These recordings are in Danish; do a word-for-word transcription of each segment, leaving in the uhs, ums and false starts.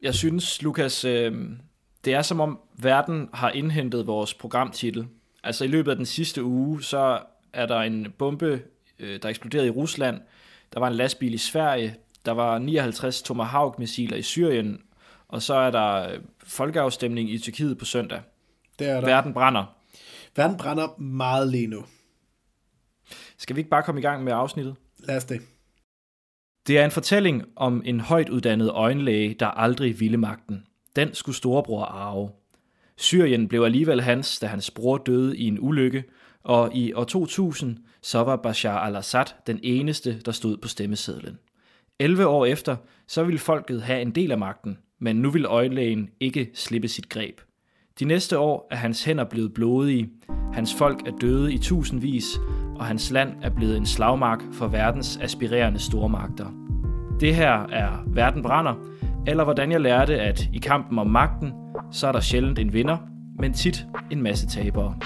Jeg synes, Lukas, øh, det er som om verden har indhentet vores programtitel. Altså i løbet af den sidste uge, så er der en bombe, øh, der eksploderede i Rusland. Der var en lastbil i Sverige. Der var nioghalvtreds Tomahawk-missiler i Syrien. Og så er der folkeafstemning i Tyrkiet på søndag. Det er der. Verden brænder. Verden brænder meget lige nu. Skal vi ikke bare komme i gang med afsnittet? Lad os det. Det er en fortælling om en højt uddannet øjenlæge, der aldrig ville magten. Den skulle storebror arve. Syrien blev alligevel hans, da hans bror døde i en ulykke, og i år to tusind så var Bashar al-Assad den eneste, der stod på stemmesedlen. elleve år efter, så ville folket have en del af magten, men nu ville øjenlægen ikke slippe sit greb. De næste år er hans hænder blevet blodige, hans folk er døde i tusindvis, og hans land er blevet en slagmark for verdens aspirerende stormagter. Det her er Verden brænder, eller hvordan jeg lærte, at i kampen om magten, så er der sjældent en vinder, men tit en masse tabere.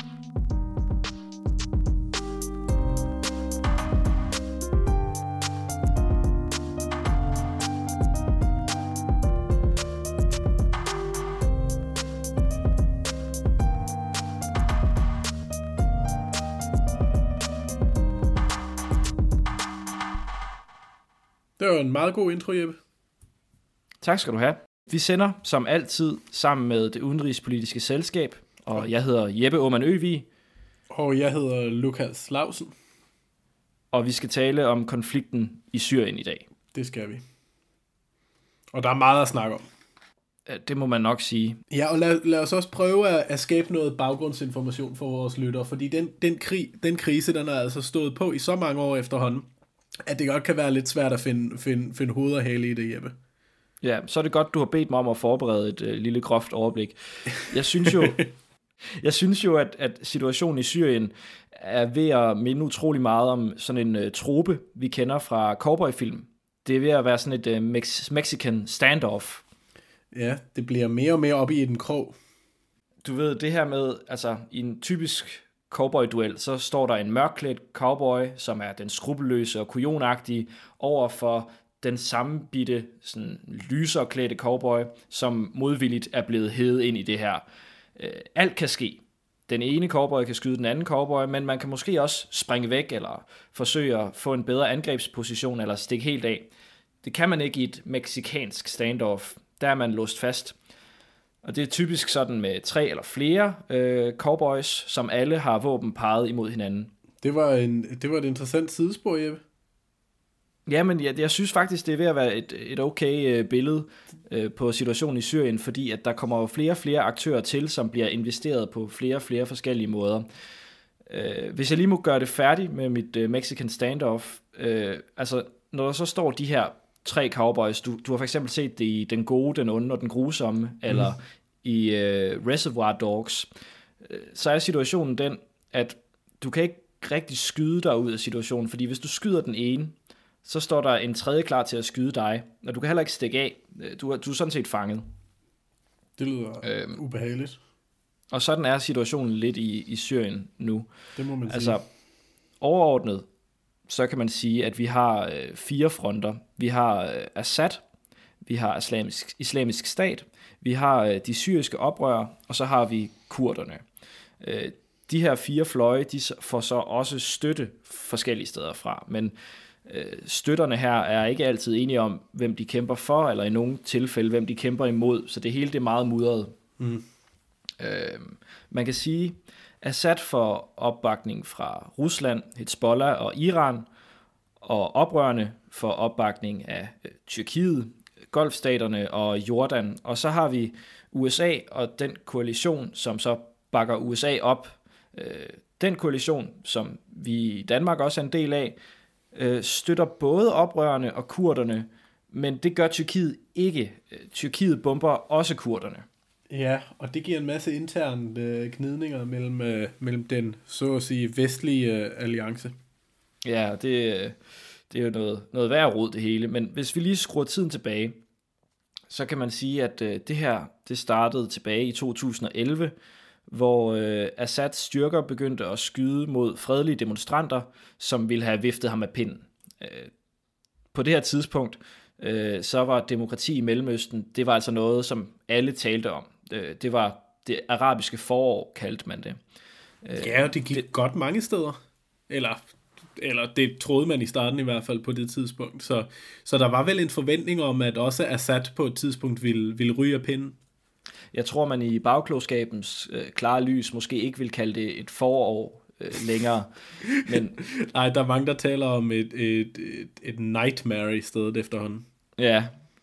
Det var en meget god intro, Jeppe. Tak skal du have. Vi sender som altid sammen med det udenrigspolitiske selskab, og jeg hedder Jeppe Aumann Øvig. Og jeg hedder Lukas Lausen. Og vi skal tale om konflikten i Syrien i dag. Det skal vi. Og der er meget at snakke om. Det må man nok sige. Ja, og lad, lad os også prøve at, at skabe noget baggrundsinformation for vores lyttere, fordi den, den, krig, den krise, den har altså stået på i så mange år efterhånden, at det godt kan være lidt svært at finde, finde, finde hoved og hale i det, Jeppe. Ja, så er det godt, du har bedt mig om at forberede et øh, lille groft overblik. Jeg synes jo, jeg synes jo at, at situationen i Syrien er ved at minde utrolig meget om sådan en øh, trope, vi kender fra cowboyfilm. Det er ved at være sådan et øh, Mex- Mexican standoff. Ja, det bliver mere og mere op i en krog. Du ved, det her med, altså i en typisk cowboy-duel, så står der en mørkklædt cowboy, som er den skrupelløse og kujonagtige, over for den sammenbitte, sådan lysere klædte cowboy, som modvilligt er blevet hævet ind i det her. Alt kan ske. Den ene cowboy kan skyde den anden cowboy, men man kan måske også springe væk, eller forsøge at få en bedre angrebsposition, eller stikke helt af. Det kan man ikke i et mexicansk standoff. Der er man låst fast. Og det er typisk sådan med tre eller flere øh, cowboys, som alle har våben peget imod hinanden. Det var, en, det var et interessant sidespor, Jeppe. Ja, men jeg, jeg synes faktisk, det er ved at være et, et okay øh, billede øh, på situationen i Syrien, fordi at der kommer jo flere og flere aktører til, som bliver investeret på flere og flere forskellige måder. Øh, hvis jeg lige må gøre det færdigt med mit øh, Mexican standoff, øh, altså når der så står de her tre cowboys, du, du har for eksempel set det i Den Gode, Den Onde og Den Grusomme, eller mm. i øh, Reservoir Dogs, øh, så er situationen den, at du kan ikke rigtig skyde dig ud af situationen, fordi hvis du skyder den ene, så står der en tredje klar til at skyde dig, og du kan heller ikke stikke af. Du er, du er sådan set fanget. Det lyder øhm, ubehageligt. Og sådan er situationen lidt i, i Syrien nu. Det må man altså, sige. Overordnet, så kan man sige, at vi har øh, fire fronter. Vi har øh, Assad, vi har islamisk, islamisk stat, vi har øh, de syriske oprør, og så har vi kurderne. Øh, de her fire fløje, de får så også støtte forskellige steder fra, men støtterne her er ikke altid enige om, hvem de kæmper for, eller i nogle tilfælde, hvem de kæmper imod, så det hele det er meget mudret. Mm. Øh, man kan sige, at Assad får opbakning fra Rusland, Hezbollah og Iran, og oprørerne får opbakning af øh, Tyrkiet, Golfstaterne og Jordan, og så har vi U S A og den koalition, som så bakker U S A op. Øh, den koalition, som vi i Danmark også er en del af, støtter både oprørerne og kurderne, men det gør Tyrkiet ikke. Tyrkiet bomber også kurderne. Ja, og det giver en masse interne øh, gnidninger mellem, øh, mellem den, så at sige, vestlige øh, alliance. Ja, det, det er jo noget, noget værre rod det hele, men hvis vi lige skruer tiden tilbage, så kan man sige, at øh, det her, det startede tilbage i to tusind og elleve, hvor øh, Assads styrker begyndte at skyde mod fredelige demonstranter, som ville have viftet ham af pinden. Øh, på det her tidspunkt, øh, så var demokrati i Mellemøsten, det var altså noget, som alle talte om. Øh, det var det arabiske forår, kaldte man det. Øh, ja, og det gik det, godt mange steder. Eller, eller det troede man i starten i hvert fald på det tidspunkt. Så, så der var vel en forventning om, at også Assad på et tidspunkt ville, ville ryge af pinden. Jeg tror, man i bagklogskabens øh, klare lys måske ikke vil kalde det et forår øh, længere. Men nej, der er mange, der taler om et, et, et, et nightmare i stedet efterhånden. Ja.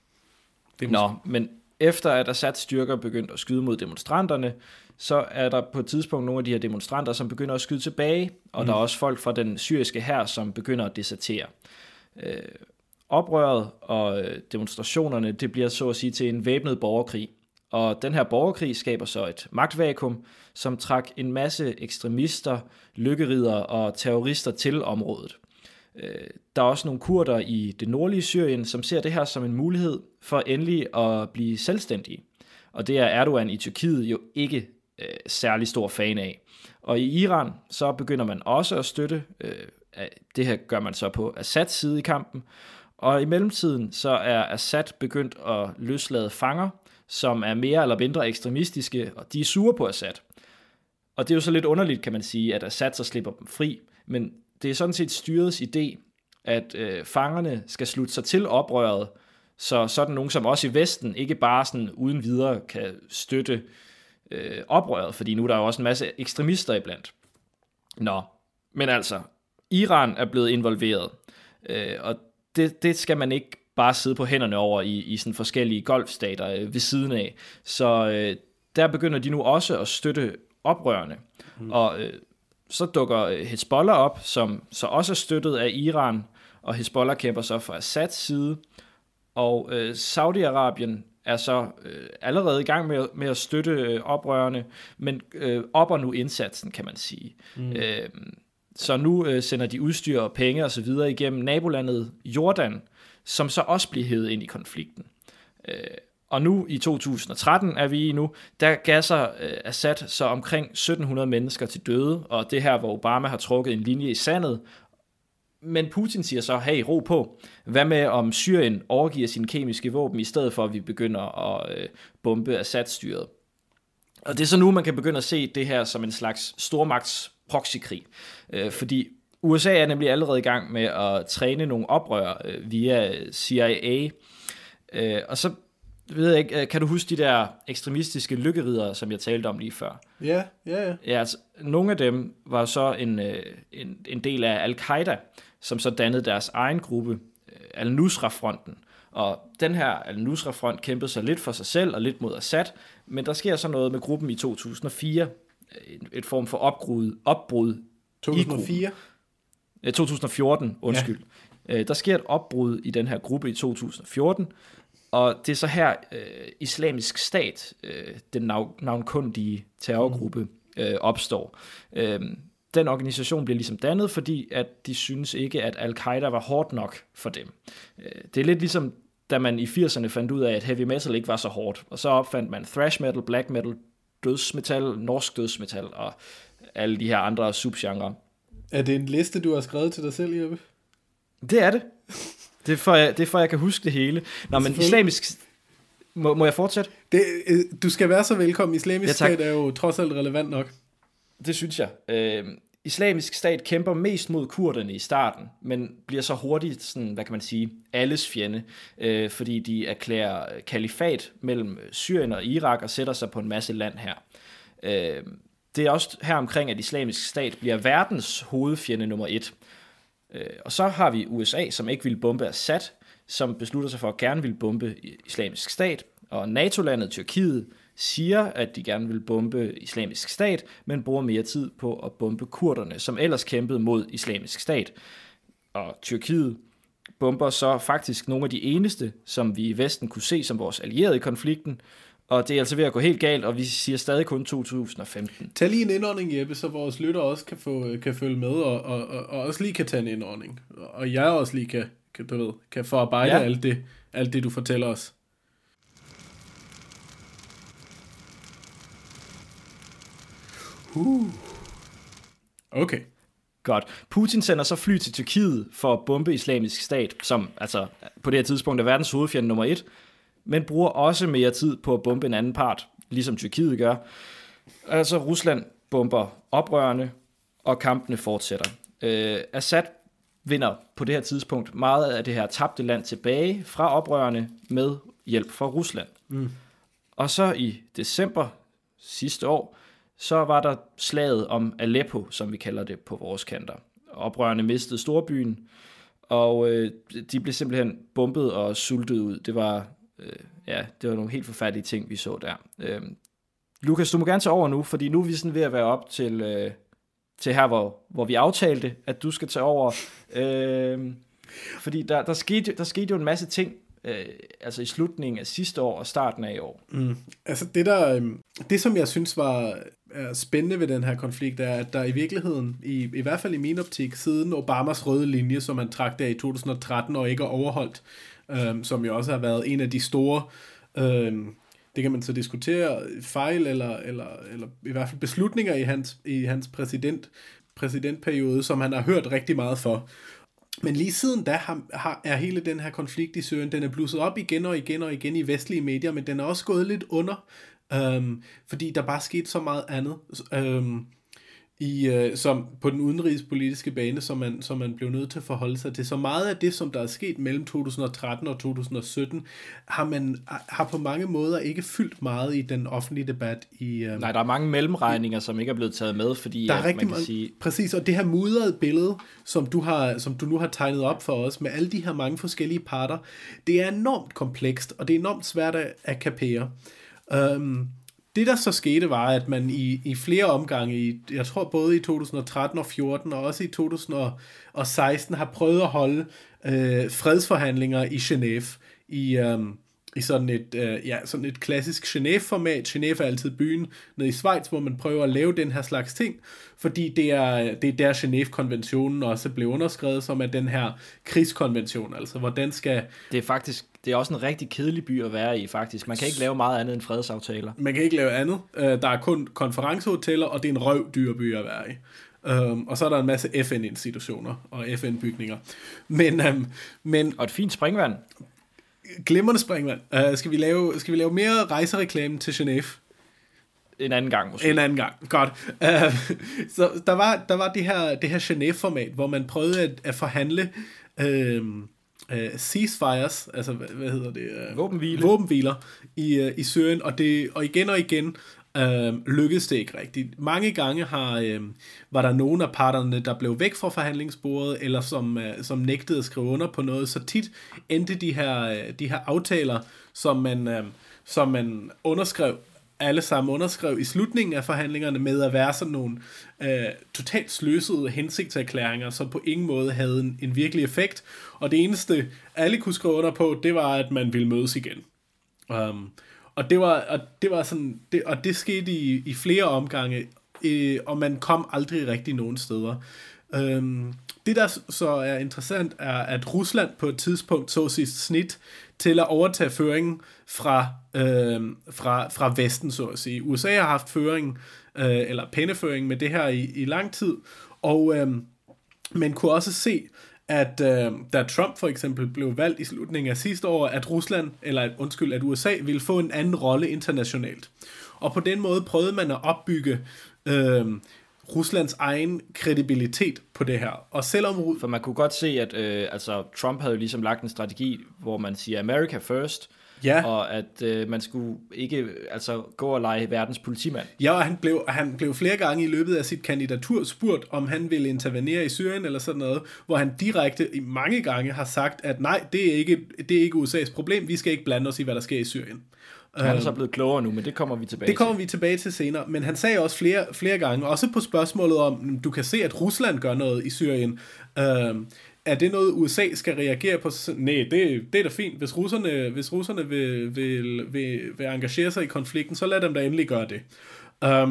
Det Nå, men efter at Assads styrker begyndte at skyde mod demonstranterne, så er der på et tidspunkt nogle af de her demonstranter, som begynder at skyde tilbage, og mm. der er også folk fra den syriske hær, som begynder at desertere. Øh, oprøret og demonstrationerne, det bliver så at sige til en væbnet borgerkrig. Og den her borgerkrig skaber så et magtvakuum, som trak en masse ekstremister, lykkeriddere og terrorister til området. Der er også nogle kurder i det nordlige Syrien, som ser det her som en mulighed for endelig at blive selvstændige. Og det er Erdogan i Tyrkiet jo ikke øh, særlig stor fan af. Og i Iran, så begynder man også at støtte. Øh, det her gør man så på Assads side i kampen. Og i mellemtiden, så er Assad begyndt at løslade fanger, som er mere eller mindre ekstremistiske, og de er sure på Assad. Og det er jo så lidt underligt, kan man sige, at Assad så slipper dem fri, men det er sådan set styrets idé, at øh, fangerne skal slutte sig til oprøret, så sådan nogen som os i Vesten ikke bare sådan uden videre kan støtte øh, oprøret, fordi nu er der jo også en masse ekstremister iblandt. Nå, men altså, Iran er blevet involveret, øh, og det, det skal man ikke bare sidde på hænderne over i, i sådan forskellige golfstater øh, ved siden af. Så øh, der begynder de nu også at støtte oprørerne, mm. og øh, så dukker Hezbollah op, som så også er støttet af Iran, og Hezbollah kæmper så fra Assads side, og øh, Saudi-Arabien er så øh, allerede i gang med, med at støtte øh, oprørerne, men øh, opper nu indsatsen, kan man sige. Mm. Øh, så nu øh, sender de udstyr og penge og så videre igennem nabolandet Jordan, som så også bliver hævet ind i konflikten. Øh, Og nu i to tusind og tretten er vi i nu, der gasser øh, Assad så omkring sytten hundrede mennesker til døde, og det her, hvor Obama har trukket en linje i sandet. Men Putin siger så, hey, ro på. Hvad med om Syrien overgiver sine kemiske våben, i stedet for at vi begynder at øh, bombe Assad-styret? Og det er så nu, man kan begynde at se det her som en slags stormagts proxykrig. Øh, fordi U S A er nemlig allerede i gang med at træne nogle oprør øh, via C I A. Øh, og så ved jeg ikke, kan du huske de der ekstremistiske lykkeriddere, som jeg talte om lige før? Ja, ja, ja. Ja, altså, nogle af dem var så en, en, en del af Al-Qaida, som så dannede deres egen gruppe, Al-Nusra-fronten. Og den her Al-Nusra-front kæmpede sig lidt for sig selv og lidt mod Assad, men der sker så noget med gruppen i to tusind og fire, et, et form for opbrud, opbrud to tusind og fire? I to tusind og fjorten, undskyld. Ja. Der sker et opbrud i den her gruppe i to tusind og fjorten, og det er så her øh, Islamisk Stat, øh, den navn, navnkundige terrorgruppe, øh, opstår. Øh, den organisation bliver ligesom dannet, fordi at de synes ikke, at Al-Qaida var hårdt nok for dem. Øh, det er lidt ligesom, da man i firserne fandt ud af, at heavy metal ikke var så hårdt, og så opfandt man thrash metal, black metal, dødsmetal, norsk dødsmetal og alle de her andre subgenre. Er det en liste, du har skrevet til dig selv, Jeppe? Det er det. Det er, for, jeg, det er for, jeg kan huske det hele. Nå, men islamisk... Må, må jeg fortsætte? Det, du skal være så velkommen. Islamisk ja, Stat er jo trods alt relevant nok. Det synes jeg. Øh, Islamisk Stat kæmper mest mod kurderne i starten, men bliver så hurtigt, sådan, hvad kan man sige, alles fjende, øh, fordi de erklærer kalifat mellem Syrien og Irak og sætter sig på en masse land her. Øh, det er også her omkring, at Islamisk Stat bliver verdens hovedfjende nummer et. Og så har vi U S A, som ikke vil bombe Assad, som beslutter sig for at gerne vil bombe Islamisk Stat, og NATO-landet Tyrkiet siger, at de gerne vil bombe Islamisk Stat, men bruger mere tid på at bombe kurderne, som ellers kæmpede mod Islamisk Stat. Og Tyrkiet bomber så faktisk nogle af de eneste, som vi i Vesten kunne se som vores allierede i konflikten, og det er altså ved at gå helt galt, og vi siger stadig kun to tusind og femten. Tag lige en indånding, Jeppe, så vores lytter også kan, få, kan følge med, og, og, og, og også lige kan tage en indånding. Og jeg også lige kan, kan, du ved, kan forarbejde ja. alt, det, alt det, du fortæller os. Uh. Okay. Godt. Putin sender så fly til Tyrkiet for at bombe Islamisk Stat, som altså på det her tidspunkt er verdens hovedfjende nummer et, men bruger også mere tid på at bombe en anden part, ligesom Tyrkiet gør. Altså Rusland bomber oprørerne, og kampene fortsætter. Øh, Assad vinder på det her tidspunkt meget af det her tabte land tilbage fra oprørerne med hjælp fra Rusland. Mm. Og så i december sidste år, så var der slaget om Aleppo, som vi kalder det på vores kanter. Oprørerne mistede storbyen, og øh, de blev simpelthen bombet og sultet ud. Det var, øh, ja, det var nogle helt forfærdelige ting, vi så der. Øh, Lukas, du må gerne tage over nu, fordi nu er vi sådan ved at være op til, øh, til her, hvor, hvor vi aftalte, at du skal tage over. Øh, fordi der, der, skete, der skete jo en masse ting, øh, altså i slutningen af sidste år og starten af i år. Mm. Altså det der, øh, det som jeg synes var er spændende ved den her konflikt, er, at der i virkeligheden, i, i hvert fald i min optik, siden Obamas røde linje, som man trak der i to tusind og tretten og ikke er overholdt, øh, som jo også har været en af de store, øh, det kan man så diskutere, fejl eller, eller, eller i hvert fald beslutninger i hans, i hans præsident, præsidentperiode, som han har hørt rigtig meget for. Men lige siden da har, har, er hele den her konflikt i Syrien, den er blusset op igen og igen og igen i vestlige medier, men den er også gået lidt under, øhm, fordi der bare skete så meget andet øhm, i, øh, som på den udenrigspolitiske bane, som man, som man blev nødt til at forholde sig til. Så meget af det, som der er sket mellem to tusind og tretten og to tusind og sytten, har man har på mange måder ikke fyldt meget i den offentlige debat. I, øhm, Nej, der er mange mellemregninger, som ikke er blevet taget med, fordi der er at rigtig man kan meget, sige... Præcis, og det her mudrede billede, som du, har, som du nu har tegnet op for os, med alle de her mange forskellige parter, det er enormt komplekst, og det er enormt svært at, at kapere. Um, Det der så skete var, at man i, i flere omgange, i, jeg tror både i to tusind og tretten og fjorten og også i to tusind og seksten, har prøvet at holde øh, fredsforhandlinger i Genève, i, øh, i sådan, et, øh, ja, sådan et klassisk Genève-format. Genève er altid byen nede i Schweiz, hvor man prøver at lave den her slags ting, fordi det er, det er der Genève-konventionen også blev underskrevet, som er den her krigskonvention, altså hvordan skal... Det er faktisk, det er også en rigtig kedelig by at være i, faktisk. Man kan ikke lave meget andet end fredsaftaler. Man kan ikke lave andet. Der er kun konferencehoteller, og det er en røvdyr by at være i. Um, og så er der en masse F N-institutioner og F N-bygninger. Men, um, men, og et fint springvand. Glimrende springvand. Uh, skal, vi lave, skal vi lave mere rejsereklame til Genève? En anden gang måske. En anden gang, godt. Uh, så der var, der var det her, det her Genève-format, hvor man prøvede at, at forhandle uh, uh, ceasefires, altså hvad, hvad hedder det? Uh, Våbenhvile. Våbenhviler i, uh, i Syrien, og, det, og igen og igen uh, lykkedes det ikke rigtigt. Mange gange har, uh, var der nogle af parterne, der blev væk fra forhandlingsbordet, eller som, uh, som nægtede at skrive under på noget, så tit endte de her, uh, de her aftaler, som man, uh, som man underskrev, alle sammen underskrev i slutningen af forhandlingerne med at være sådan nogle øh, totalt sløsede hensigtserklæringer, som på ingen måde havde en, en virkelig effekt. Og det eneste, alle kunne skrive under på, det var, at man ville mødes igen. Um, og det var, og det var sådan, det, og det skete i, i flere omgange, øh, og man kom aldrig rigtig nogen steder. Um, det der så er interessant, er, at Rusland på et tidspunkt så sit snit til at overtage føringen fra, øh, fra, fra Vesten, så at sige. U S A har haft føringen, øh, eller penneføringen med det her i, i lang tid, og øh, man kunne også se, at øh, da Trump for eksempel blev valgt i slutningen af sidste år, at Rusland, eller undskyld, at U S A ville få en anden rolle internationalt. Og på den måde prøvede man at opbygge øh, Ruslands egen kredibilitet på det her. Og selvom... For man kunne godt se, at øh, altså, Trump havde jo ligesom lagt en strategi, hvor man siger America first, ja. Og at øh, man skulle ikke altså, gå og lege verdens politimand. Ja, og han blev, han blev flere gange i løbet af sit kandidatur spurgt, om han ville intervenere i Syrien eller sådan noget, hvor han direkte mange gange har sagt, at nej, det er ikke, det er ikke U S A's problem, vi skal ikke blande os i, hvad der sker i Syrien. Han er så blevet klogere nu, men det kommer vi tilbage til. Det kommer til. vi tilbage til senere, men han sagde også flere, flere gange, også på spørgsmålet om, du kan se, at Rusland gør noget i Syrien. Øh, er det noget, U S A skal reagere på? Nej, det, det er da fint. Hvis russerne, hvis russerne vil, vil, vil, vil engagere sig i konflikten, så lad dem da endelig gøre det. Um,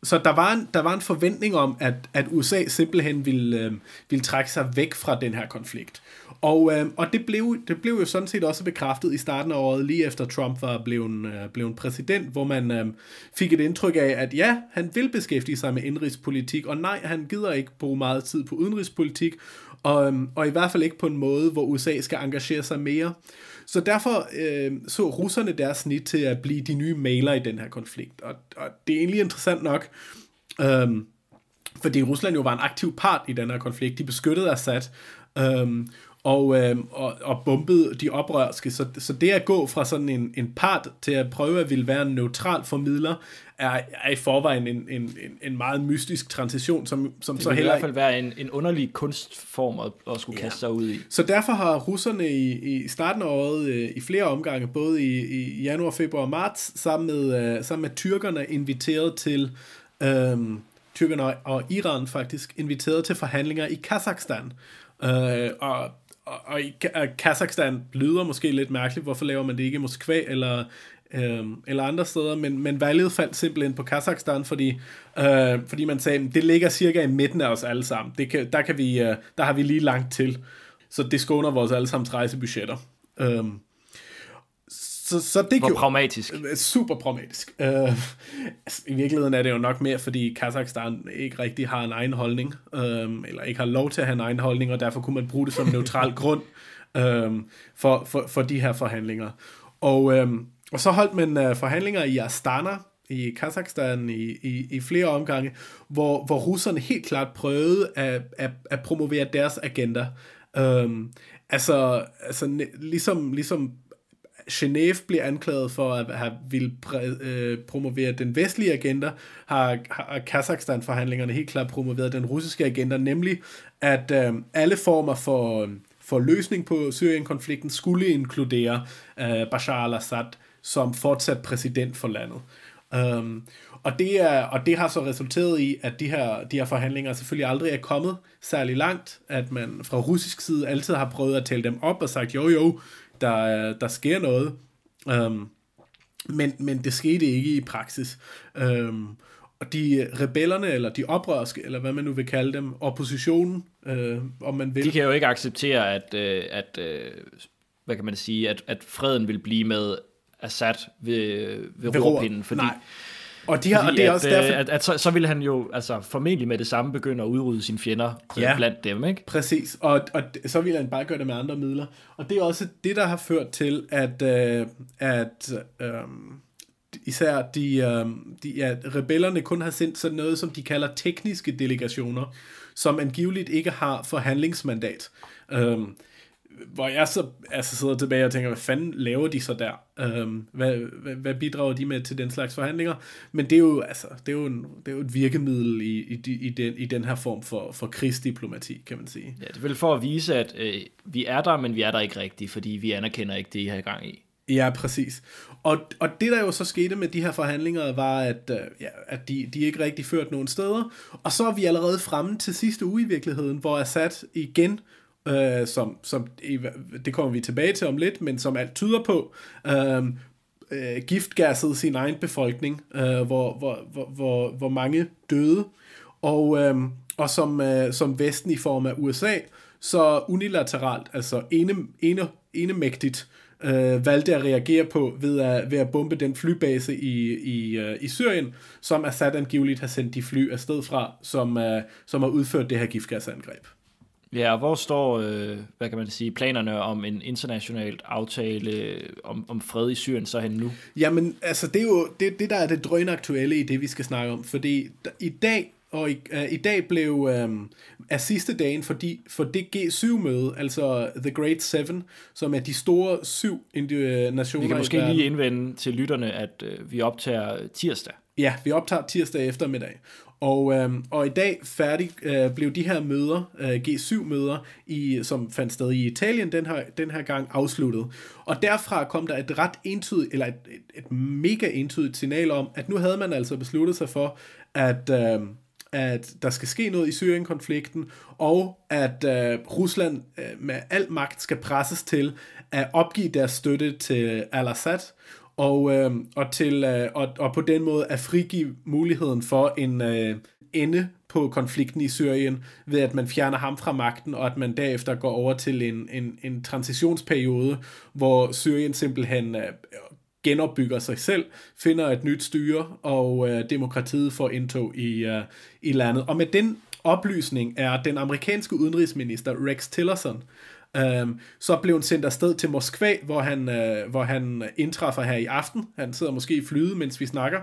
så der var en, der var en forventning om, at, at U S A simpelthen ville, øh, ville trække sig væk fra den her konflikt. Og, øh, og det, blev, det blev jo sådan set også bekræftet i starten af året, lige efter Trump var blevet, øh, blevet præsident, hvor man øh, fik et indtryk af, at ja, han vil beskæftige sig med indrigspolitik, og nej, han gider ikke bruge meget tid på udenrigspolitik, og, øh, og i hvert fald ikke på en måde, hvor U S A skal engagere sig mere. Så derfor øh, så russerne deres snit til at blive de nye mægler i den her konflikt. Og, og det er egentlig interessant nok, øh, fordi Rusland jo var en aktiv part i den her konflikt. De beskyttede Assad, øh, og, øh, og, og bombede de oprørske. Så, så det at gå fra sådan en, en part til at prøve at ville være en neutral formidler, er, er i forvejen en, en, en, en meget mystisk transition, som, som så heller... Det vil i hvert fald være en, en underlig kunstform at, at skulle kaste sig ud i. Så derfor har russerne i, i starten af året øh, i flere omgange, både i, i januar, februar og marts, sammen med, øh, sammen med tyrkerne inviteret til... Øh, tyrkerne og Iran faktisk inviteret til forhandlinger i Kazakhstan. Øh, og Og, og i Kazakhstan lyder måske lidt mærkeligt, hvorfor laver man det ikke i Moskva eller, øh, eller andre steder, men, men valget faldt simpelthen på Kazakhstan, fordi, øh, fordi man sagde, det ligger cirka i midten af os alle sammen. Det kan, der, kan vi, øh, der har vi lige langt til, så det skåner vores allesammens rejsebudgetter. Øh, Så, så det Hvor pragmatisk. Super pragmatisk. Uh, altså, I virkeligheden er det jo nok mere, fordi Kazakhstan ikke rigtig har en egen holdning, um, eller ikke har lov til at have en egen holdning, og derfor kunne man bruge det som neutral grund um, for, for, for de her forhandlinger. Og, um, og så holdt man uh, forhandlinger i Astana, i Kazakhstan, i, i, i flere omgange, hvor, hvor russerne helt klart prøvede at, at, at promovere deres agenda. Um, altså, altså ligesom... ligesom Genève bliver anklaget for at have ville præ- øh, promovere den vestlige agenda, har, har Kazakhstan-forhandlingerne helt klart promoveret den russiske agenda, nemlig at øh, alle former for, for løsning på Syrien-konflikten skulle inkludere øh, Bashar al-Assad som fortsat præsident for landet. Um, og, det er, og det har så resulteret i, at de her, de her forhandlinger selvfølgelig aldrig er kommet særlig langt, at man fra russisk side altid har prøvet at tælle dem op og sagt, jo jo, Der, der sker noget, um, men, men det skete ikke i praksis. Um, og de rebellerne, eller de oprørske, eller hvad man nu vil kalde dem, oppositionen, uh, om man vil. De kan jo ikke acceptere, at, uh, at uh, hvad kan man sige, at, at freden vil blive med Assad ved, ved, ved rorpinden, fordi... Nej. Og, de har, Fordi og det er at, også derfor... at, at så, så vil han jo altså formentlig med det samme begynde at udrydde sine fjender ja, blandt dem, ikke? Præcis, og, og så vil han bare gøre det med andre midler. Og det er også det, der har ført til, at, øh, at øh, især de, øh, de ja, rebellerne kun har sendt sådan noget, som de kalder tekniske delegationer, som angiveligt ikke har forhandlingsmandat. Øh, hvor jeg så altså sidder tilbage og tænker, hvad fanden laver de så der? Um, hvad, hvad, hvad bidrager de med til den slags forhandlinger? Men det er jo, altså, det er jo, en, det er jo et virkemiddel i, i, i, den, i den her form for, for krigsdiplomati, kan man sige. Ja, det er vel for at vise, at øh, vi er der, men vi er der ikke rigtigt, fordi vi anerkender ikke det, I har i gang i. Ja, præcis. Og, og det, der jo så skete med de her forhandlinger, var, at, øh, ja, at de, de ikke rigtig førte nogen steder. Og så er vi allerede fremme til sidste uge i virkeligheden, hvor Assad igen... Uh, som, som, det kommer vi tilbage til om lidt, men som alt tyder på, uh, uh, giftgassede sin egen befolkning, uh, hvor, hvor, hvor, hvor, hvor mange døde, og, uh, og som, uh, som Vesten i form af U S A, så unilateralt, altså ene, ene, enemægtigt, uh, valgte at reagere på ved at, ved at bombe den flybase i, i, uh, i Syrien, som Assad angiveligt har sendt de fly afsted fra, som, uh, som har udført det her giftgasangreb. Ja, og hvor står, øh, hvad kan man sige, planerne om en international aftale om, om fred i Syrien så hen nu? Jamen, altså det er jo det, det der er det drønaktuelle i det, vi skal snakke om, fordi der, i dag, og i, uh, i dag blev, um, er sidste dagen fordi, for det G syv møde, altså The Great Seven, som er de store syv nationer. Vi kan måske lige indvende til lytterne, at uh, vi optager tirsdag. Ja, vi optager tirsdag eftermiddag. Og, øhm, og i dag færdig øh, blev de her møder, øh, G syv møder, i, som fandt sted i Italien den her, den her gang, afsluttet. Og derfra kom der et ret entydigt, eller et, et, et mega entydigt signal om, at nu havde man altså besluttet sig for, at, øh, at der skal ske noget i Syrien-konflikten, og at øh, Rusland øh, med al magt skal presses til at opgive deres støtte til al-Assad, og, øh, og, til, øh, og, og på den måde at frigive muligheden for en øh, ende på konflikten i Syrien, ved at man fjerner ham fra magten, og at man derefter går over til en, en, en transitionsperiode, hvor Syrien simpelthen øh, genopbygger sig selv, finder et nyt styre, og øh, demokratiet får indtog i, øh, i landet. Og med den oplysning er den amerikanske udenrigsminister Rex Tillerson Um, så blev han sendt afsted til Moskva, hvor han, uh, hvor han indtræffer her i aften. Han sidder måske i flyet, mens vi snakker.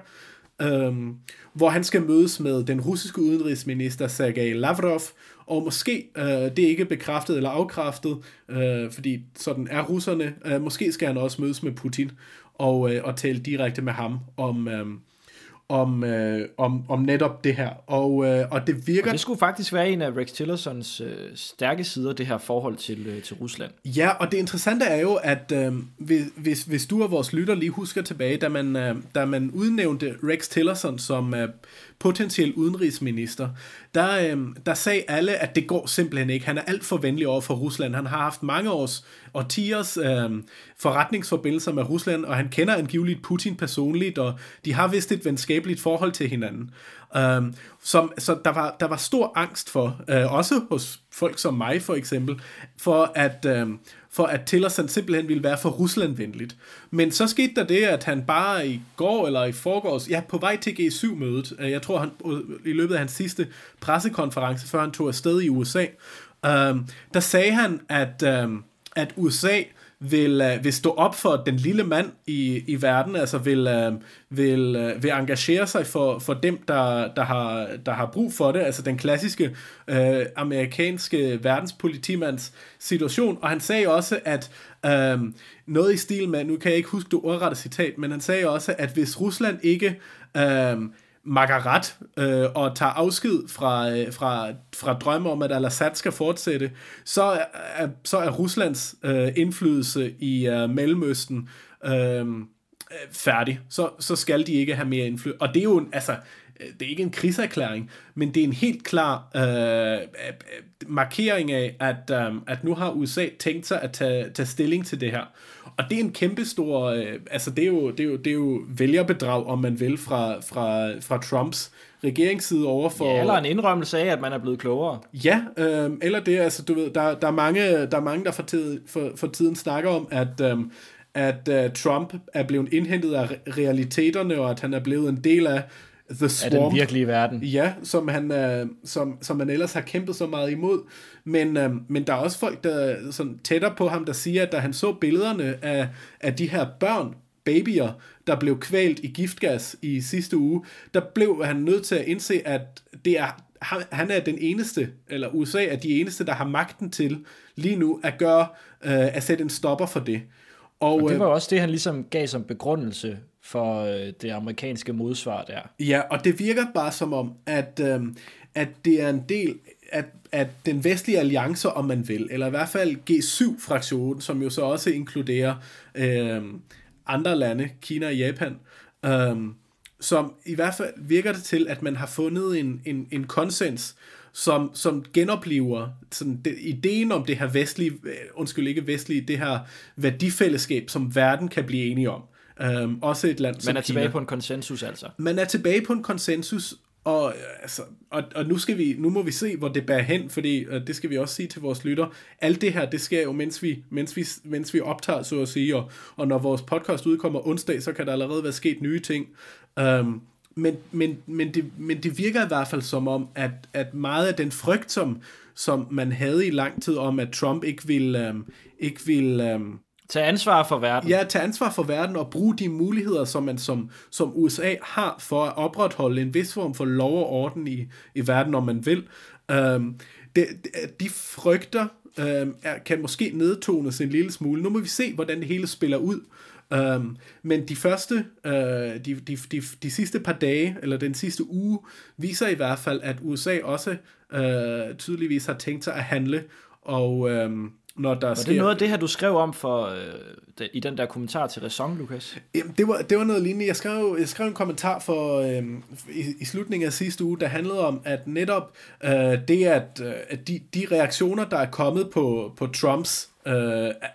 Um, hvor han skal mødes med den russiske udenrigsminister Sergej Lavrov, og måske, uh, det er ikke bekræftet eller afkræftet, uh, fordi sådan er russerne, uh, måske skal han også mødes med Putin, og, uh, og tale direkte med ham om... Um, Om, øh, om, om netop det her. Og, øh, og det virker... Og det skulle faktisk være en af Rex Tillersons øh, stærke sider, det her forhold til, øh, til Rusland. Ja, og det interessante er jo, at øh, hvis, hvis du og vores lytter lige husker tilbage, da man, øh, da man udnævnte Rex Tillerson som øh, potentiel udenrigsminister, der, øh, der sagde alle, at det går simpelthen ikke. Han er alt for venlig over for Rusland. Han har haft mange års årtiers øh, forretningsforbindelser med Rusland, og han kender angiveligt Putin personligt, og de har vist et venskabeligt forhold til hinanden. Um, som, så der var, der var stor angst for, uh, også hos folk som mig for eksempel, for at, um, for at Tillerson simpelthen ville være for Ruslandvenligt. Men så skete der det, at han bare i går eller i forgårs, ja, på vej til G syv mødet, uh, jeg tror han i løbet af hans sidste pressekonference, før han tog afsted i U S A, um, der sagde han, at, um, at U S A vil, uh, vil stå op for den lille mand i, i verden, altså vil, uh, vil, uh, vil engagere sig for, for dem, der, der, har, der har brug for det, altså den klassiske uh, amerikanske verdenspolitimands situation, og han sagde også, at uh, noget i stil med, nu kan jeg ikke huske det ordrette citat, men han sagde også, at hvis Rusland ikke uh, makker ret øh, og tager afsked fra, øh, fra, fra drømme om, at Al-Assad skal fortsætte, så er, så er Ruslands øh, indflydelse i øh, Mellemøsten øh, færdig. Så, så skal de ikke have mere indflydelse. Og det er jo en, altså, det er ikke en krigserklæring, men det er en helt klar øh, markering af, at, øh, at nu har U S A tænkt sig at tage, tage stilling til det her. Og det er en kæmpestor, øh, altså det er, jo, det, er jo, det er jo vælgerbedrag, om man vil, fra, fra, fra Trumps regeringsside over for... Ja, eller en indrømmelse af, at man er blevet klogere. Ja, øh, eller det, altså du ved, der, der, er, mange, der er mange, der for, tid, for, for tiden snakker om, at, øh, at øh, Trump er blevet indhentet af realiteterne, og at han er blevet en del af The Swamp. Af den virkelige verden. Ja, som han, øh, som, som man ellers har kæmpet så meget imod. Men, øh, men der er også folk, der er sådan tættere på ham, der siger, at da han så billederne af, af de her børn, babyer, der blev kvalt i giftgas i sidste uge, der blev han nødt til at indse, at det er, han er den eneste, eller U S A er de eneste, der har magten til lige nu at gøre, øh, at sætte en stopper for det. Og, og det var også det, han ligesom gav som begrundelse for øh, det amerikanske modsvar der. Ja, og det virker bare som om, at, øh, at det er en del at, at den vestlige alliance, om man vil, eller i hvert fald G syv-fraktionen, som jo så også inkluderer øh, andre lande, Kina og Japan, øh, som i hvert fald virker det til, at man har fundet en, en, en konsens, som, som genopliver sådan det, ideen om det her vestlige, undskyld ikke vestlige, det her værdifællesskab, som verden kan blive enige om. Um, også et land som Kina. Man er tilbage på en konsensus altså. Man er tilbage på en konsensus, og, altså, og, og nu, skal vi, nu må vi se, hvor det bærer hen, fordi og det skal vi også sige til vores lytter. Alt det her, det sker jo, mens vi, mens vi, mens vi optager, så at sige, og, og når vores podcast udkommer onsdag, så kan der allerede være sket nye ting. Um, men, men, men, det, men det virker i hvert fald som om, at, at meget af den frygt, som, som man havde i lang tid om, at Trump ikke ville... Um, ikke ville um, Tag ansvar for verden. Ja, tage ansvar for verden og bruge de muligheder, som man som, som U S A har for at opretholde en vis form for lov og orden i, i verden, om man vil. Um, de, de frygter um, er, kan måske nedtones en lille smule. Nu må vi se, hvordan det hele spiller ud. Um, men de første, uh, de, de, de, de sidste par dage, eller den sidste uge, viser i hvert fald, at U S A også uh, tydeligvis har tænkt sig at handle, og... Um, Når der var sker... det noget af det her, du skrev om for, øh, de, i den der kommentar til Ræson, Lukas? Jamen, det var, det var noget lignende. Jeg skrev, jeg skrev en kommentar for, øh, i, i slutningen af sidste uge, der handlede om, at netop øh, det, at, at de, de reaktioner, der er kommet på, på Trumps øh,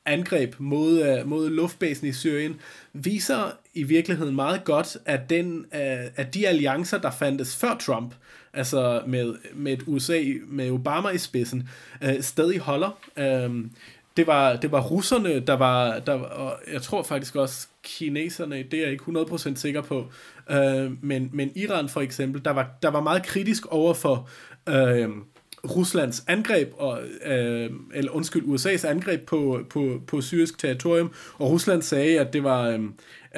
angreb mod, uh, mod luftbasen i Syrien, viser i virkeligheden meget godt, at, den, uh, at de alliancer, der fandtes før Trump, altså med, med et U S A, med Obama i spidsen, uh, stadig holder. Um, det, var, det var russerne, der var, der var, og jeg tror faktisk også kineserne, det er jeg ikke hundrede procent sikker på, uh, men, men Iran for eksempel, der var, der var meget kritisk over for uh, Ruslands angreb, og, øh, eller undskyld, U S A's angreb på, på, på syrisk territorium, og Rusland sagde, at det var, øh,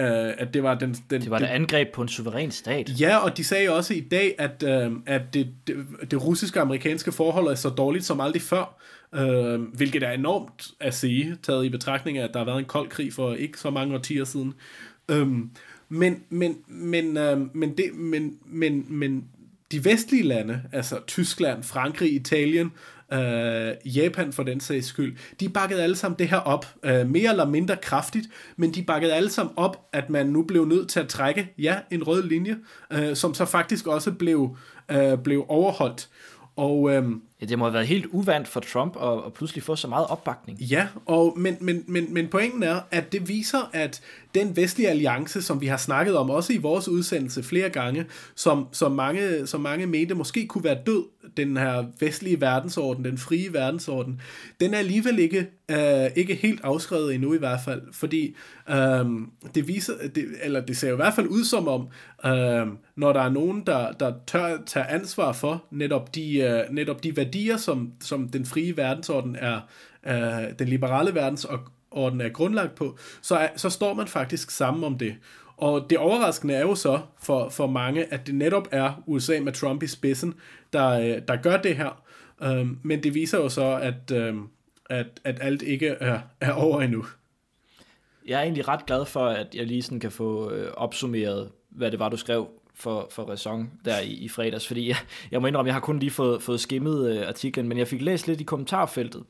at det var den, den... Det var et angreb på en suveræn stat. Ja, og de sagde også i dag, at, øh, at det, det, det russiske-amerikanske forhold er så dårligt som aldrig før, øh, hvilket er enormt at sige, taget i betragtning af, at der har været en kold krig for ikke så mange årtier siden. Øh, men, men, men, øh, men, det, men, men, men de vestlige lande, altså Tyskland, Frankrig, Italien, øh, Japan for den sags skyld, de bakkede alle sammen det her op, øh, mere eller mindre kraftigt, men de bakkede alle sammen op, at man nu blev nødt til at trække, ja, en rød linje, øh, som så faktisk også blev, øh, blev overholdt. Og, øh, ja, det må have været helt uvandt for Trump at, at pludselig få så meget opbakning. Ja, og, men, men, men, men pointen er, at det viser, at den vestlige alliance, som vi har snakket om, også i vores udsendelse flere gange, som, som, mange, som mange mente måske kunne være død, den her vestlige verdensorden, den frie verdensorden, den er alligevel ikke, øh, ikke helt afskrevet endnu i hvert fald, fordi øh, det viser, det, eller det ser jo i hvert fald ud som om, øh, når der er nogen, der, der tør tage ansvar for netop de, øh, netop de værdier, som, som den frie verdensorden er, øh, den liberale verdensorden er grundlagt på, så, er, så står man faktisk sammen om det. Og det overraskende er jo så for, for mange, at det netop er U S A med Trump i spidsen, der, der gør det her. Um, men det viser jo så, at, um, at, at alt ikke er, er over endnu. Jeg er egentlig ret glad for, at jeg lige sådan kan få øh, opsummeret, hvad det var, du skrev for, for Ræson der i, i fredags. Fordi jeg, jeg må indrømme, jeg har kun lige fået, fået skimmet øh, artiklen, men jeg fik læst lidt i kommentarfeltet.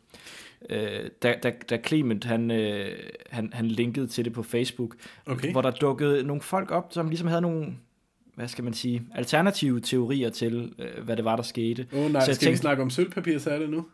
Øh, da, da, da Clement han, øh, han, han linkede til det på Facebook, okay. Hvor der dukkede nogle folk op, som ligesom havde nogle, hvad skal man sige, alternative teorier til, øh, hvad det var, der skete. Åh oh, nej, så skal tænkte, vi snakke om sølvpapir, så er det nu?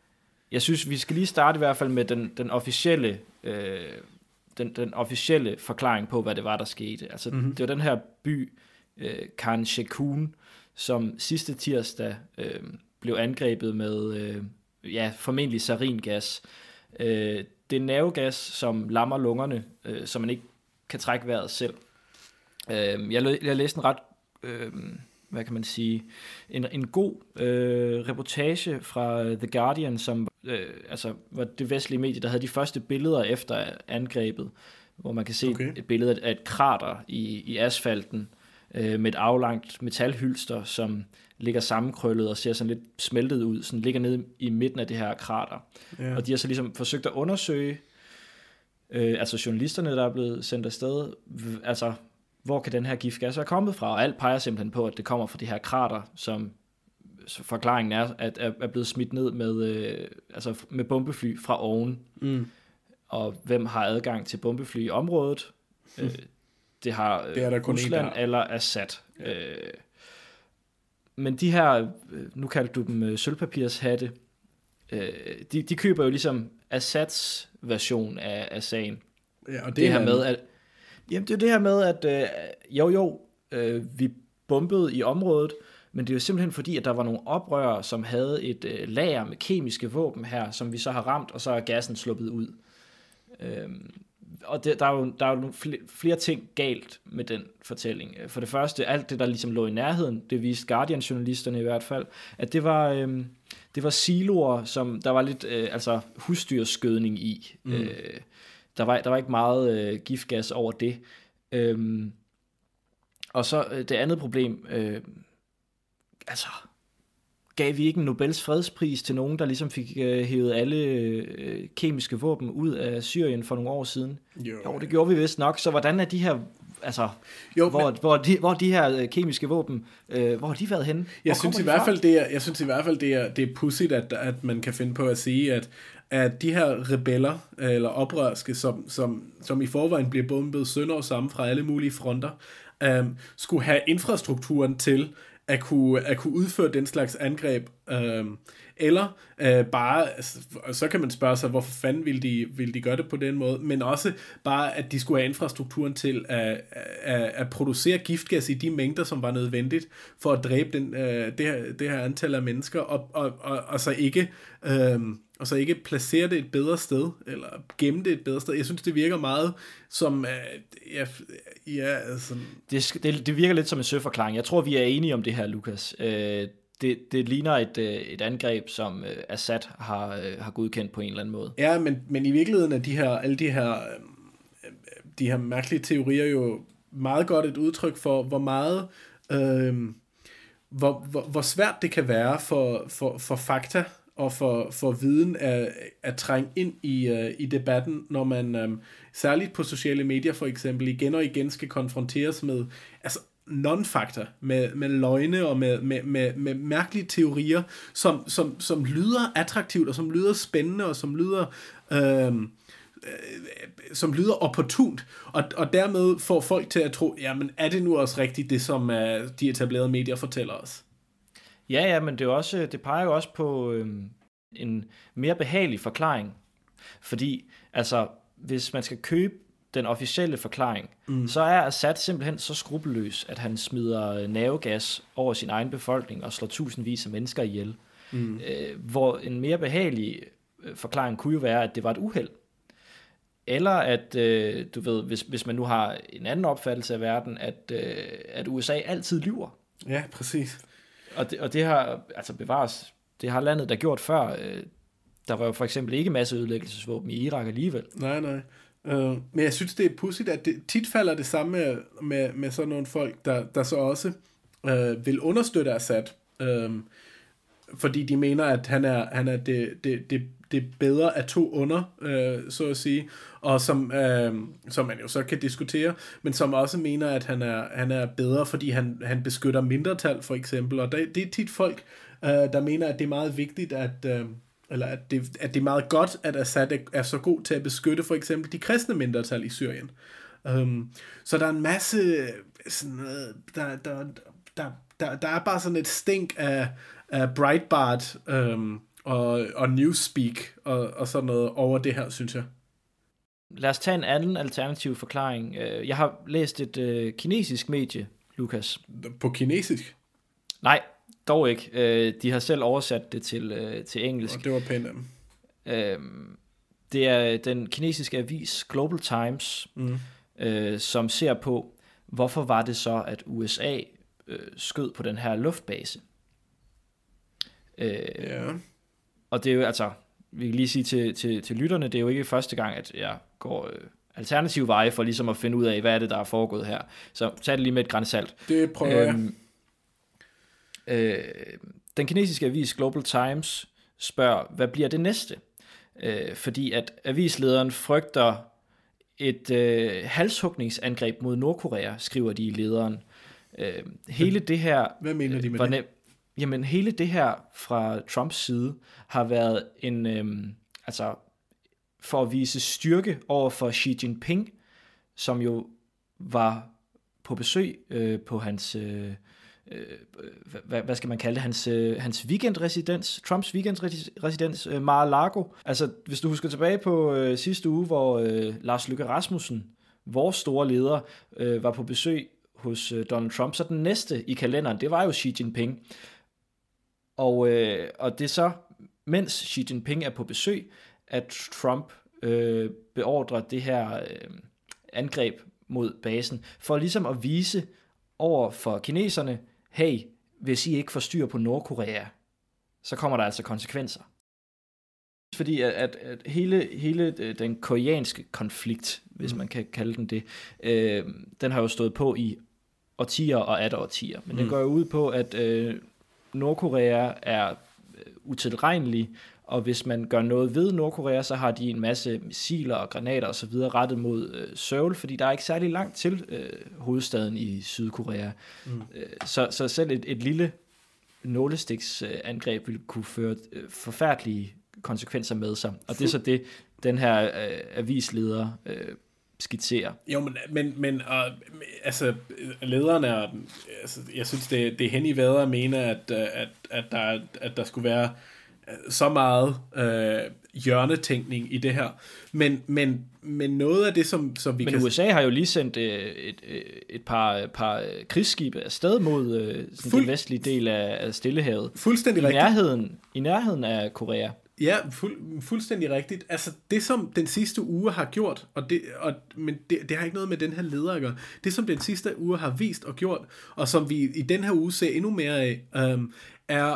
Jeg synes, vi skal lige starte i hvert fald med den, den officielle øh, den, den officielle forklaring på, hvad det var, der skete. Altså, mm-hmm. det var den her by, øh, Khan Sheikhoun, som sidste tirsdag øh, blev angrebet med øh, ja, formentlig saringas. Øh, det er nervegas, som lammer lungerne, øh, så man ikke kan trække vejret selv. Øh, jeg, jeg læste en ret, øh, hvad kan man sige, en, en god øh, reportage fra The Guardian, som øh, altså, var det vestlige medie, der havde de første billeder efter angrebet, hvor man kan se okay. et billede af et krater i, i asfalten, øh, med et aflangt metalhylster, som ligger sammenkrøllet og ser sådan lidt smeltet ud, sådan ligger nede i midten af det her krater. Yeah. Og de har så ligesom forsøgt at undersøge, øh, altså journalisterne, der er blevet sendt afsted, altså hvor kan den her giftgas være kommet fra, og alt peger simpelthen på, at det kommer fra det her krater, som forklaringen er, at er blevet smidt ned med, øh, altså med bombefly fra oven. Mm. Og hvem har adgang til bombefly i området? Mm. Øh, det har øh, det er Rusland eller Assad. Ja. Øh, men de her, nu kalder du dem øh, sølvpapirshatte, øh, de, de køber jo ligesom Assads version af, af sagen. Ja, og det, det her med, at jamen det er det her med, at øh, jo jo, øh, vi bombede i området, men det er jo simpelthen fordi, at der var nogle oprørere, som havde et øh, lager med kemiske våben her, som vi så har ramt, og så er gassen sluppet ud. Øhm, og det, der er jo, der er jo flere, flere ting galt med den fortælling. For det første, alt det, der ligesom lå i nærheden, det viste Guardian-journalisterne i hvert fald, at det var, øhm, det var siloer, som der var lidt øh, altså husdyrskødning i. Mm. Øh, der, var, der var ikke meget øh, giftgas over det. Øhm, og så øh, det andet problem, øh, altså gav vi ikke en Nobels fredspris til nogen, der ligesom fik øh, hævet alle øh, kemiske våben ud af Syrien for nogle år siden? Jo, jo det gjorde vi vist nok. Så hvordan er de her, altså, jo, hvor, men, hvor, de, hvor de her kemiske våben, øh, hvor har de været henne? Jeg synes, i hvert fald, det er, jeg synes i hvert fald, det er, det er pudsigt, at, at man kan finde på at sige, at, at de her rebeller, eller oprørske, som, som, som i forvejen bliver bombet sønder og sammen fra alle mulige fronter, øh, skulle have infrastrukturen til at kunne, at kunne udføre den slags angreb, øh, eller øh, bare, altså, så kan man spørge sig, hvorfor fanden ville de, ville de gøre det på den måde, men også bare, at de skulle have infrastrukturen til at, at, at producere giftgas i de mængder, som var nødvendigt for at dræbe den, øh, det, her, det her antal af mennesker, og, og, og, og så ikke... Øh, og så ikke placere det et bedre sted, eller gemme det et bedre sted. Jeg synes, det virker meget som... Uh, ja, ja, altså... det, det, det virker lidt som en søforklaring. Jeg tror, vi er enige om det her, Lukas. Uh, det, det ligner et, et angreb, som uh, Assad har, uh, har godkendt på en eller anden måde. Ja, men, men i virkeligheden er de her, alle de her, uh, de her mærkelige teorier jo meget godt et udtryk for, hvor meget... Uh, hvor, hvor, hvor svært det kan være for, for, for fakta og for, for viden at, at trænge ind i, uh, i debatten, når man um, særligt på sociale medier for eksempel igen og igen skal konfronteres med altså non-fakta, med, med løgne og med, med, med, med mærkelige teorier, som, som, som lyder attraktivt og som lyder spændende og som lyder øh, øh, som lyder opportunt, og, og dermed får folk til at tro, jamen er det nu også rigtigt det, som uh, de etablerede medier fortæller os? Ja, ja, men det, er også, det peger jo også på øhm, en mere behagelig forklaring. Fordi, altså, hvis man skal købe den officielle forklaring, mm. så er Assad simpelthen så skrupelløs, at han smider nervegas over sin egen befolkning og slår tusindvis af mennesker ihjel. Mm. Øh, hvor en mere behagelig forklaring kunne jo være, at det var et uheld. Eller at, øh, du ved, hvis, hvis man nu har en anden opfattelse af verden, at, øh, at U S A altid lyver. Ja, præcis. Og det, og det har altså bevares, det har landet der gjort før. Øh, der var jo for eksempel ikke masseødelæggelsesvåben i Irak alligevel. Nej, nej. Uh, men jeg synes, det er pudsigt, at det tit falder det samme med, med, med sådan nogle folk, der, der så også uh, vil understøtte Assad, uh, fordi de mener, at han er, han er det, det, det, det bedre af to onder, uh, så at sige, og som, uh, som man jo så kan diskutere, men som også mener, at han er, han er bedre, fordi han, han beskytter mindretal, for eksempel, og det, det er tit folk, uh, der mener, at det er meget vigtigt, at... Uh, eller at det, at det er meget godt, at Assad er så god til at beskytte for eksempel de kristne mindretal i Syrien. Um, så der er en masse sådan, der, der, der, der, der er bare sådan et stink af, af Breitbart um, og, og Newspeak og, og sådan noget over det her, synes jeg. Lad os tage en anden alternativ forklaring. Jeg har læst et uh, kinesisk medie, Lukas. På kinesisk? Nej, dog ikke. De har selv oversat det til, til engelsk. Og det var pænt af dem. Det er den kinesiske avis Global Times, mm. som ser på, hvorfor var det så, at U S A skød på den her luftbase. Ja. Og det er jo altså, vi kan lige sige til, til, til lytterne, det er jo ikke første gang, at jeg går alternative veje for ligesom at finde ud af, hvad er det, der er foregået her. Så tag det lige med et gran salt. Det prøver jeg. Øhm, Øh, den kinesiske avis Global Times spørger, hvad bliver det næste? Øh, fordi at avislederen frygter et øh, halshugningsangreb mod Nordkorea, skriver de i lederen. Øh, hele det her... Hvad mener de med det? Nem- jamen, hele det her fra Trumps side har været en... Øh, altså, for at vise styrke over for Xi Jinping, som jo var på besøg øh, på hans... Øh, Hvad, hvad skal man kalde det, hans, hans weekendresidens, Trumps weekendresidens, Mar-a-Lago. Altså, hvis du husker tilbage på øh, sidste uge, hvor øh, Lars Løkke Rasmussen, vores store leder, øh, var på besøg hos øh, Donald Trump, så den næste i kalenderen, det var jo Xi Jinping. Og, øh, og det er så, mens Xi Jinping er på besøg, at Trump øh, beordrer det her øh, angreb mod basen, for ligesom at vise over for kineserne, hey, hvis I ikke får styr på Nordkorea, så kommer der altså konsekvenser. Fordi at, at, at hele, hele den koreanske konflikt, hvis mm. man kan kalde den det, øh, den har jo stået på i årtier og atter årtier. Men mm. den går jo ud på, at øh, Nordkorea er utilregnelig, og hvis man gør noget ved Nordkorea, så har de en masse missiler og granater osv. rettet mod øh, Seoul, fordi der er ikke særlig langt til øh, hovedstaden i Sydkorea. Mm. Øh, så, så selv et, et lille nålestiksangreb ville kunne føre øh, forfærdelige konsekvenser med sig. Og det er så det, den her øh, avisleder øh, skitserer. Jo, men, men, men uh, altså, lederen er, altså, jeg synes, det, det er hen i vejret at mene, at, at, at, der, at der skulle være så meget øh, hjørnetænkning i det her. Men, men, men noget af det, som, som vi men kan... Men U S A har jo lige sendt et, et, et par, par krigsskibe afsted mod øh, Fuld... den vestlige del af, af Stillehavet. Fuldstændig I rigtigt. nærheden, I nærheden af Korea. Ja, fuld, fuldstændig rigtigt. Altså det, som den sidste uge har gjort, og det, og, men det, det har ikke noget med den her leder at gøre. Det, som den sidste uge har vist og gjort, og som vi i den her uge ser endnu mere af, øhm, er,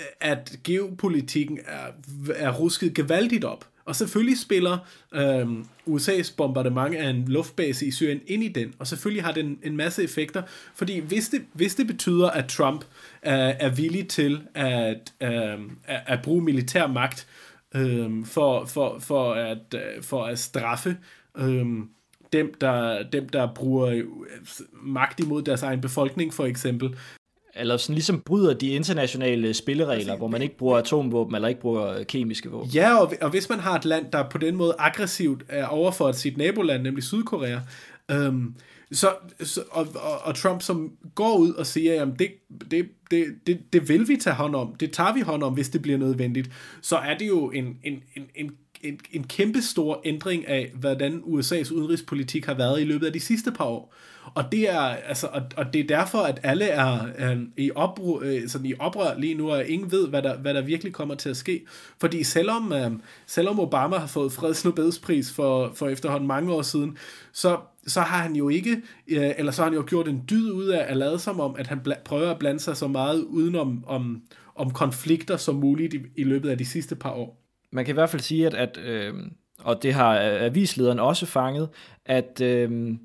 at geopolitikken er, er rusket gevaldigt op. Og selvfølgelig spiller øhm, U S A's bombardement af en luftbase i Syrien ind i den, og selvfølgelig har det en, en masse effekter, fordi hvis det, hvis det betyder, at Trump er, er villig til at, øhm, at, at bruge militær magt øhm, for, for, for, at, for at straffe øhm, dem, der, dem, der bruger magt imod deres egen befolkning, for eksempel, eller sådan ligesom bryder de internationale spilleregler, hvor man ikke bruger atomvåben eller ikke bruger kemiske våben. Ja, og, og hvis man har et land, der på den måde aggressivt er overfor sit naboland, nemlig Sydkorea, øhm, så, så, og, og, og Trump som går ud og siger, jamen det, det, det, det, det vil vi tage hånd om, det tager vi hånd om, hvis det bliver nødvendigt, så er det jo en, en, en, en En, en kæmpe stor ændring af, hvordan U S A's udenrigspolitik har været i løbet af de sidste par år. Og det er, altså, og, og det er derfor, at alle er øh, i, oprør, øh, sådan i oprør lige nu, og ingen ved, hvad der, hvad der virkelig kommer til at ske. Fordi selvom, øh, selvom Obama har fået freds Nobelspris for, for efterhånden mange år siden, så, så har han jo ikke, øh, eller så har han jo gjort en dyd ud af at lade som om, at han bl- prøver at blande sig så meget udenom om, om konflikter som muligt i, i løbet af de sidste par år. Man kan i hvert fald sige, at, at øh, og det har avislederen også fanget, at, øh,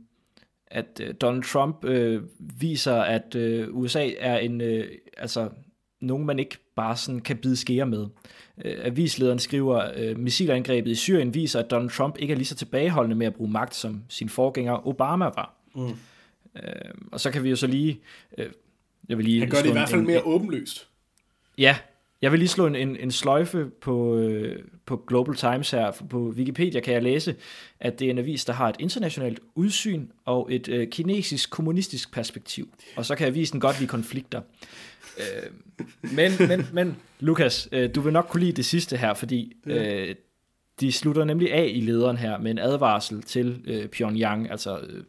at Donald Trump øh, viser, at øh, U S A er en, øh, altså nogen, man ikke bare sådan kan bide skære med. Øh, avislederen skriver, øh, missilangrebet i Syrien viser, at Donald Trump ikke er lige så tilbageholdende med at bruge magt, som sin forgænger Obama var. Mm. Øh, og så kan vi jo så lige... Øh, jeg vil lige Han gør det i hvert fald en, mere åbenlyst. Ja, jeg vil lige slå en, en, en sløjfe på, øh, på Global Times her. På Wikipedia kan jeg læse, at det er en avis, der har et internationalt udsyn og et øh, kinesisk kommunistisk perspektiv. Og så kan avisen godt lide konflikter. Øh, men, men, men, Lukas, øh, du vil nok kunne lide det sidste her, fordi øh, de slutter nemlig af i lederen her med en advarsel til øh, Pyongyang, altså øh,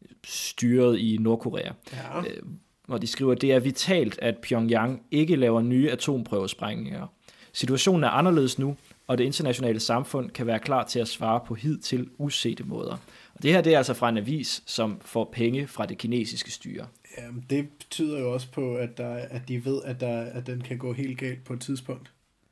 styret i Nordkorea. Ja. Øh, hvor de skriver, at det er vitalt, at Pyongyang ikke laver nye atomprøvesprængninger. Situationen er anderledes nu, og det internationale samfund kan være klar til at svare på hidtil usete måder. Og det her det er altså fra en avis, som får penge fra det kinesiske styre. Ja, det betyder jo også på, at, der, at de ved, at, der, at den kan gå helt galt på et tidspunkt.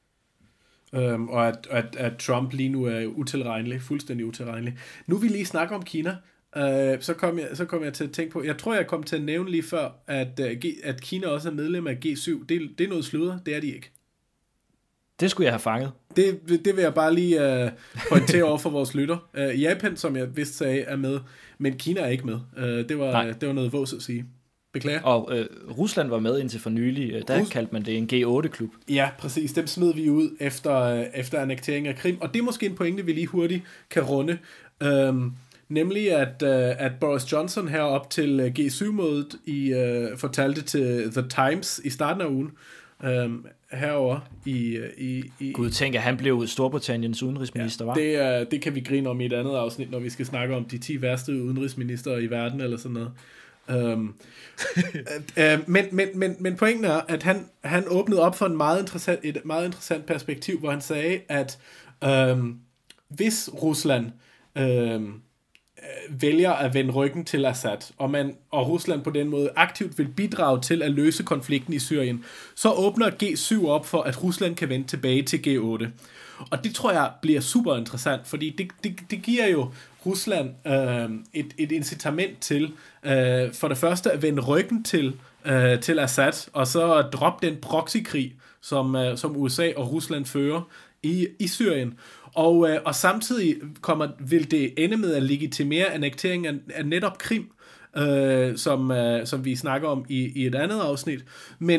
Um, og at, at, at Trump lige nu er utilregnelig, fuldstændig utilregnelig. Nu vil vi lige snakke om Kina. Uh, så, kom jeg, så kom jeg til at tænke på, jeg tror jeg kom til at nævne lige før, at, uh, G, at Kina også er medlem af G syv. Det, det er noget sludder, det er de ikke. Det skulle jeg have fanget. Det, det vil jeg bare lige uh, pointere over for vores lytter. Uh, Japan, som jeg vist sagde, er med, men Kina er ikke med. Uh, det, var, det var noget vås at sige. Beklager. Og øh, Rusland var med indtil for nylig. Der Rus- kaldte man det en G otte klub. Ja, præcis. Dem smed vi ud efter, efter annektering af Krim. Og det er måske en pointe, vi lige hurtigt kan runde. Um, Nemlig at, uh, at Boris Johnson her op til G syv-mødet i, uh, fortalte til The Times i starten af ugen, um, herover i, i, i... Gud, tænk, at han blev Storbritanniens udenrigsminister, ja, var? Det, uh, det kan vi grine om i et andet afsnit, når vi skal snakke om de ti værste udenrigsminister i verden, eller sådan noget. Um, uh, men, men, men, men pointen er, at han, han åbnede op for en meget interessant, et meget interessant perspektiv, hvor han sagde, at um, hvis Rusland... Um, vælger at vende ryggen til Assad, og, man, og Rusland på den måde aktivt vil bidrage til at løse konflikten i Syrien, så åbner G syv op for, at Rusland kan vende tilbage til G otte. Og det tror jeg bliver super interessant, fordi det, det, det giver jo Rusland øh, et, et incitament til øh, for det første at vende ryggen til, øh, til Assad, og så at droppe den proxykrig, som, øh, som U S A og Rusland fører i, i Syrien. Og, øh, og samtidig kommer, vil det ende med at legitimere annektering af, af netop Krim, øh, som, øh, som vi snakker om i, i et andet afsnit. Men,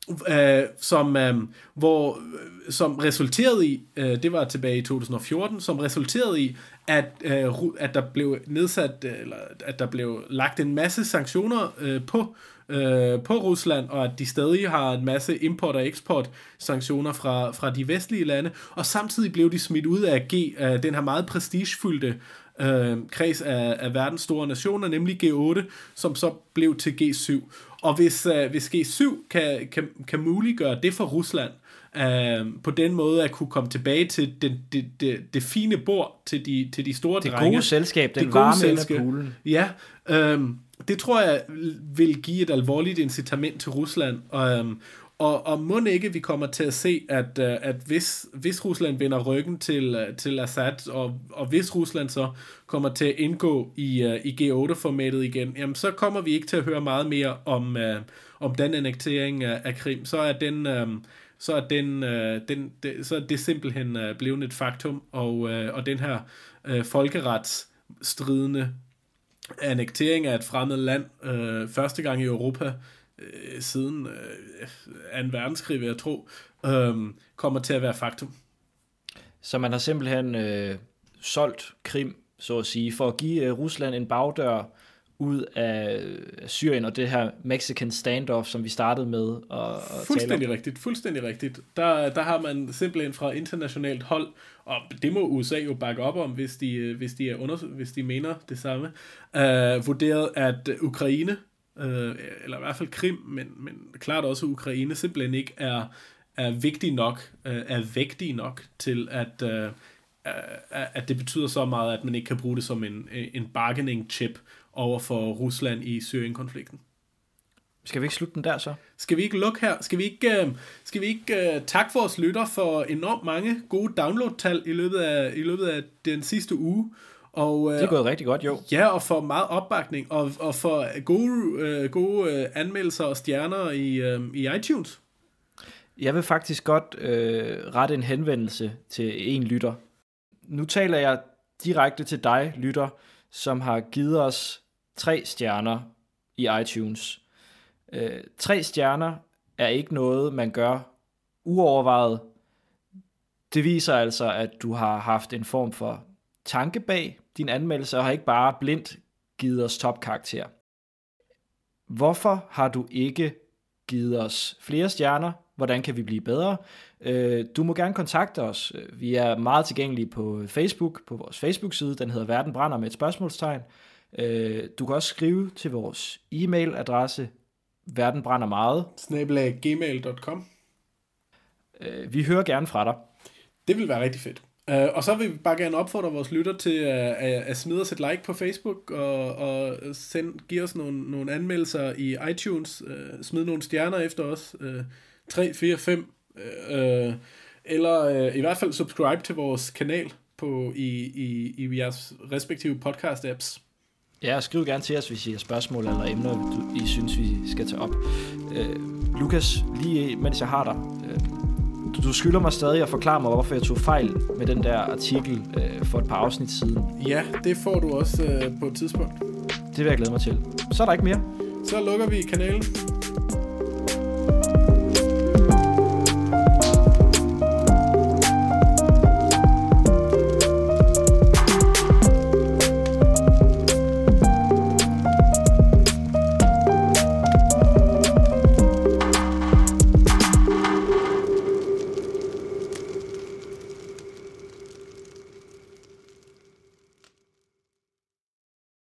øh, som, øh, hvor, som resulterede i, øh, det var tilbage i to tusind og fjorten, som resulterede i, at, øh, at der blev nedsat, eller at der blev lagt en masse sanktioner øh, på, øh, på Rusland, og at de stadig har en masse import- og eksport-sanktioner fra, fra de vestlige lande, og samtidig blev de smidt ud af G, øh, den her meget prestigefyldte øh, kreds af, af verdens store nationer, nemlig G otte, som så blev til G syv. Og hvis, øh, hvis G syv kan, kan, kan muliggøre det for Rusland, øh, på den måde at kunne komme tilbage til det, det, det, det fine bord, til de, til de store det drenge. Gode selskab, den det varme selskab. Af poolen. Ja, øh, det tror jeg vil give et alvorligt incitament til Rusland, og, øh, og, og må ikke vi kommer til at se, at, at hvis, hvis Rusland vender ryggen til, til Assad, og, og hvis Rusland så kommer til at indgå i, i G otte-formatet igen, jamen så kommer vi ikke til at høre meget mere om, uh, om den annektering af, af Krim. Så er den... Um, så er, den, uh, den, det, så er det simpelthen uh, blevet et faktum, og, uh, og den her uh, folkeretsstridende annektering af et fremmed land, uh, første gang i Europa, Øh, siden øh, anden verdenskrig, vil jeg tro, øh, kommer til at være faktum. Så man har simpelthen øh, solgt Krim, så at sige, for at give øh, Rusland en bagdør ud af Syrien og det her Mexican standoff, som vi startede med at, at fuldstændig tale om. rigtigt, fuldstændig rigtigt. Der, der har man simpelthen fra internationalt hold, og det må U S A jo bakke op om, hvis de, hvis de, er under, hvis de mener det samme, øh, vurderet, at Ukraine, Øh, eller i hvert fald Krim, men, men klart også Ukraine, simpelthen ikke er, er vigtig nok, øh, er vægtig nok til, at, øh, at det betyder så meget, at man ikke kan bruge det som en, en bargaining chip over for Rusland i Syrien-konflikten. Skal vi ikke slutte den der så? Skal vi ikke lukke her? Skal vi ikke, øh, skal vi ikke øh, takke for os lytter for enormt mange gode download-tal i løbet af, i løbet af den sidste uge? Og, det er gået rigtig godt, jo. Ja, og for meget opbakning, og, og for gode, øh, gode øh, anmeldelser og stjerner i, øh, i iTunes. Jeg vil faktisk godt øh, rette en henvendelse til en lytter. Nu taler jeg direkte til dig, lytter, som har givet os tre stjerner i iTunes. Øh, tre stjerner er ikke noget, man gør uovervejet. Det viser altså, at du har haft en form for tanke bag din anmeldelse, og har ikke bare blindt givet os topkarakter. Hvorfor har du ikke givet os flere stjerner? Hvordan kan vi blive bedre? Du må gerne kontakte os. Vi er meget tilgængelige på Facebook, på vores Facebook-side. Den hedder Verden brænder med et spørgsmålstegn. Du kan også skrive til vores e-mailadresse verdenbrændermeget snabel-a gmail punktum com. Vi hører gerne fra dig. Det vil være rigtig fedt. Uh, og så vil vi bare gerne opfordre vores lytter til uh, at, at smide os et like på Facebook, og, og send, give os nogle, nogle anmeldelser i iTunes, uh, smid nogle stjerner efter os, uh, tre, fire, fem, uh, eller uh, i hvert fald subscribe til vores kanal på, i, i, i jeres respektive podcast-apps. Ja, skriv gerne til os, hvis I har spørgsmål eller emner, du, I synes, vi skal tage op. Uh, Lukas, lige mens jeg har dig, uh, du skylder mig stadig at forklare mig, hvorfor jeg tog fejl med den der artikel øh, for et par afsnit siden. Ja, det får du også øh, på et tidspunkt. Det vil jeg glæde mig til. Så er der ikke mere. Så lukker vi kanalen.